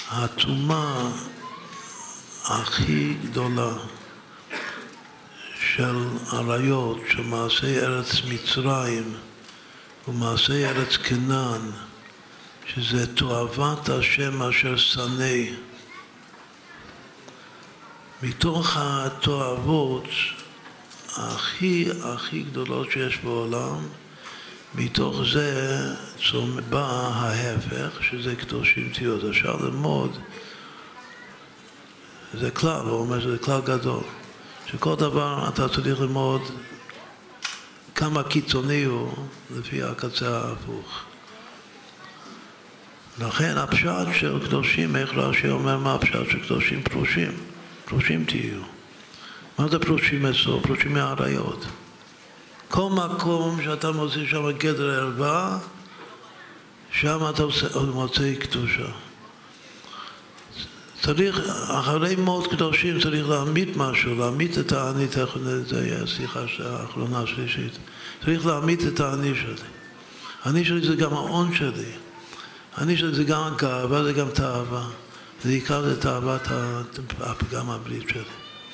התרומה הכי גדולה של עריות, של מעשי ארץ מצרים ומעשי ארץ כנען, שזה תועבת השם אשר שנא. מתוך התועבות הכי גדולות שיש בעולם, מתוך זה בא ההפך, שזה קדושים תהיו. אז אפשר ללמוד, זה כלל, הוא אומר שזה כלל גדול, שכל דבר אתה צריך ללמוד כמה קיצוני הוא לפי הקצה ההפוך. לכן הפשט של קדושים, איך רש"י אומר מה הפשט של קדושים? פרושים, פרושים תהיו. מה זה פרושים אצלו? פרושים מהעריות. כל מקום שאתה מוצא שם גדר ערווה, שם אתה מוצא קדושה. צריך, אחרי מות קדושים צריך להעמיד משהו, להעמיד את האני, זה יהיה השיחה האחרונה השלישית. צריך להעמיד את האני שלי. האני שלי זה גם ההון שלי. האני שלי זה גם הגאווה, זה גם תאווה. זה יקרא לתאוות הפגם הברית שלי.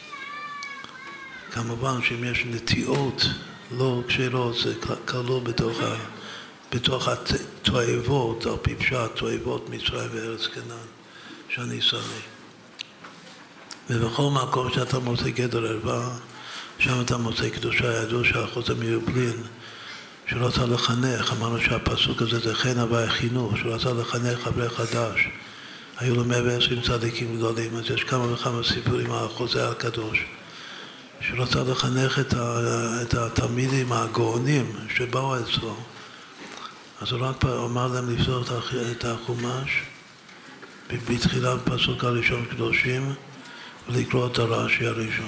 כמובן שאם יש נטיעות לא כשרות, זה כלול בתוך התועבות, על פי פשט, תועבות מצרים וארץ כנען, שאני שונא. ובכל מקום שאתה מוצא גדר ערווה, שם אתה מוצא קדושה. ידוע שהאחוז המיובלין, שרצה לחנך, אמרנו שהפסוק הזה זה חן הווי חינוך, שרצה לחנך חברי חדש. היו לו 120 צדיקים גדולים, אז יש כמה וכמה סיפורים על החוזה הקדוש. שרצה לחנך את התלמידים הגאונים שבאו אצלו. אז הוא רק אמר להם לפתוח את החומש בתחילת פסוק הראשון קדושים ולקרוא את הרש"י הראשון.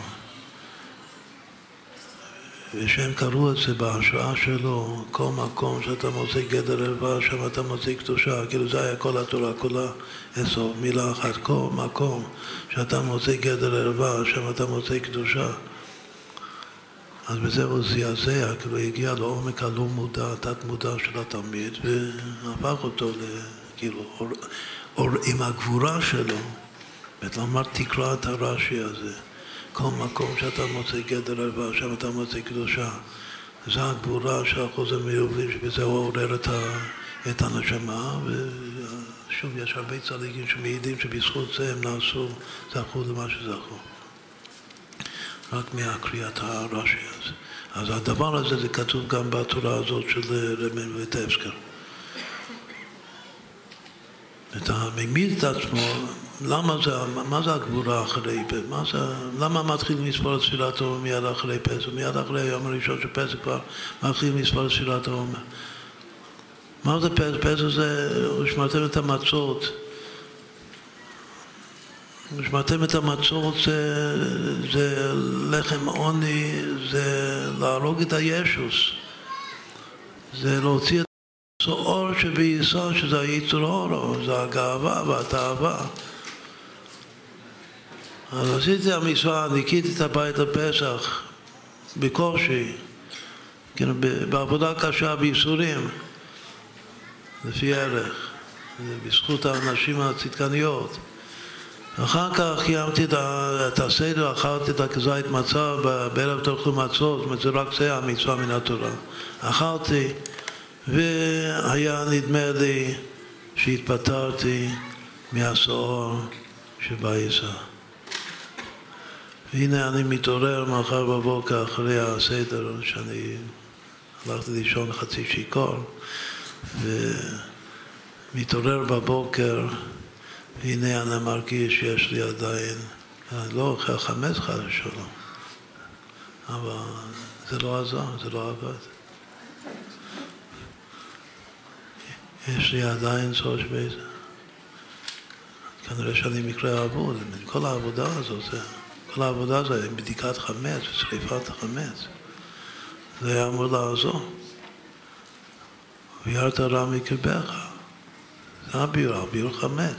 ושהם קראו את זה בהשראה שלו, כל מקום שאתה מוצא גדר ערווה, שם אתה מוצא קדושה, כאילו זה היה כל התורה, כולה אצלו, מילה אחת, כל מקום שאתה מוצא גדר ערווה, שם אתה מוצא קדושה. אז בזה הוא זעזע, כאילו הגיע לעומק הלא מודע, תת מודע של התלמיד, והפך אותו כאילו, עם הגבורה שלו, ולמד תקרא את הרש"י הזה. כל מקום שאתה מוצא גדר ערווה, שם אתה מוצא קדושה. זו הגבורה של האחוז המיובלין, שבזה הוא עורר את הנשמה, ושוב, יש הרבה צדיקים שמעידים שבזכות זה הם נעשו, זכו למה שזכו. רק מהקריאת הרש"י הזה. אז הדבר הזה זה כתוב גם בתורה הזאת של רבי ויטבסקי. אתה מעמיד את עצמו, מה זה הגבורה אחרי פסח? למה מתחילים לספור את תפילת העומר מיד אחרי פסח? מיד אחרי היום הראשון של פסח כבר מתחילים לספור את תפילת העומר. מה זה פסח? פסח זה, שמרתם את המצות. שמרתם את המצות זה לחם עוני, זה להרוג את הישוס. זה להוציא את האור שביסוד, שזה היצר אורו, זה הגאווה והתאווה. אז עשיתי המצווה, ניקיתי את הבית לפסח בקושי, בעבודה קשה, בייסורים, לפי ערך, בזכות האנשים הצדקניות. אחר כך קיימתי את הסדר, אכלתי את הכזית מצה, בערב תאכלו מצות, זאת אומרת, זה רק זה המצווה מן התורה. אכלתי, והיה נדמה לי שהתפטרתי מהשעור שבעיסה. והנה אני מתעורר מחר בבוקר אחרי הסדר, שאני הלכתי לישון חצי שיכור, ומתעורר בבוקר, והנה אני מרגיש שיש לי עדיין, אני לא אוכל חמץ חס ושלום, אבל זה לא עזר, זה לא עבד. יש לי עדיין צורך בזה. כנראה שאני מקרה אבוד, כל העבודה הזאת, כל העבודה הזאת, עם בדיקת חמץ ושריפת החמץ, זה היה אמור לעזור. ויראת רע מקרבך, זה הביור, ביור חמץ.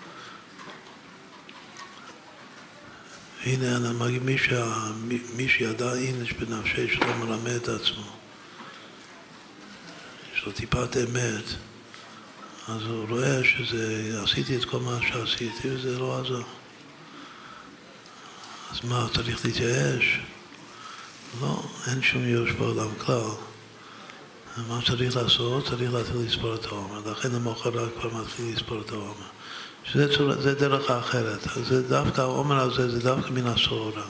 הנה אני מגיד, מי שידע אינש בנפשי שלו מלמד את עצמו. יש לו טיפת אמת, אז הוא רואה שעשיתי את כל מה שעשיתי וזה לא עזר. אז מה, צריך להתייאש? לא, אין שום ייאוש בעולם כלל. מה צריך לעשות? צריך להתחיל לספור את העומר. לכן למחרת כבר מתחיל לספור את העומר. זה דרך האחרת. זה דווקא, העומר הזה זה דווקא מן הסעורה.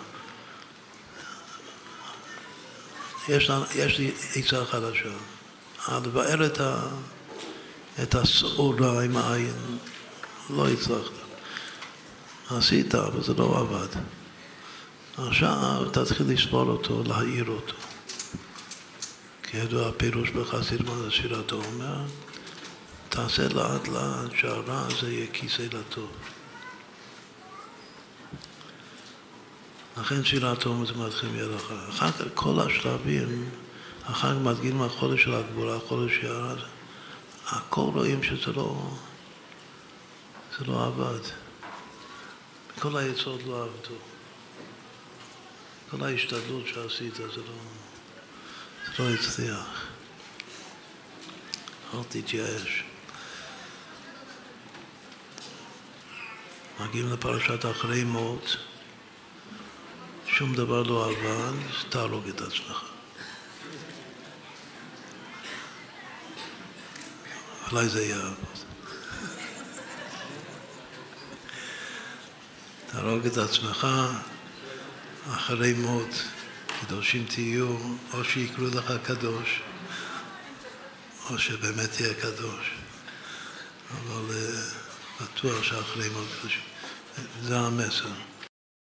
יש לי עצה חדשה. לבאר את הסעורה עם העין. לא הצלחת. עשית, אבל זה לא עבד. עכשיו תתחיל לספור אותו, להעיר אותו. כי ידוע הפירוש בחסידות מה זה שירת העומר, תעשה לאט לאט שהרע הזה יהיה כיסא לטוב. לכן שירת העומר זה מתחיל מיד אחר. אחר כך כל השלבים, אחר כך מדגילים החודש של הגבורה, החודש שירה, הכל רואים שזה לא עבד. כל היצעות לא עבדו. כל ההשתדלות שעשית זה לא הצליח. אל תתייאש. מגיעים לפרשת אחרי מות, שום דבר לא עבד, תהרוג את עצמך. אולי זה יעבוד. תהרוג את עצמך אחרי מות, קדושים תהיו, או שיקראו לך קדוש, או שבאמת תהיה קדוש. אבל בטוח שאחרי מות קדושים. זה המסר.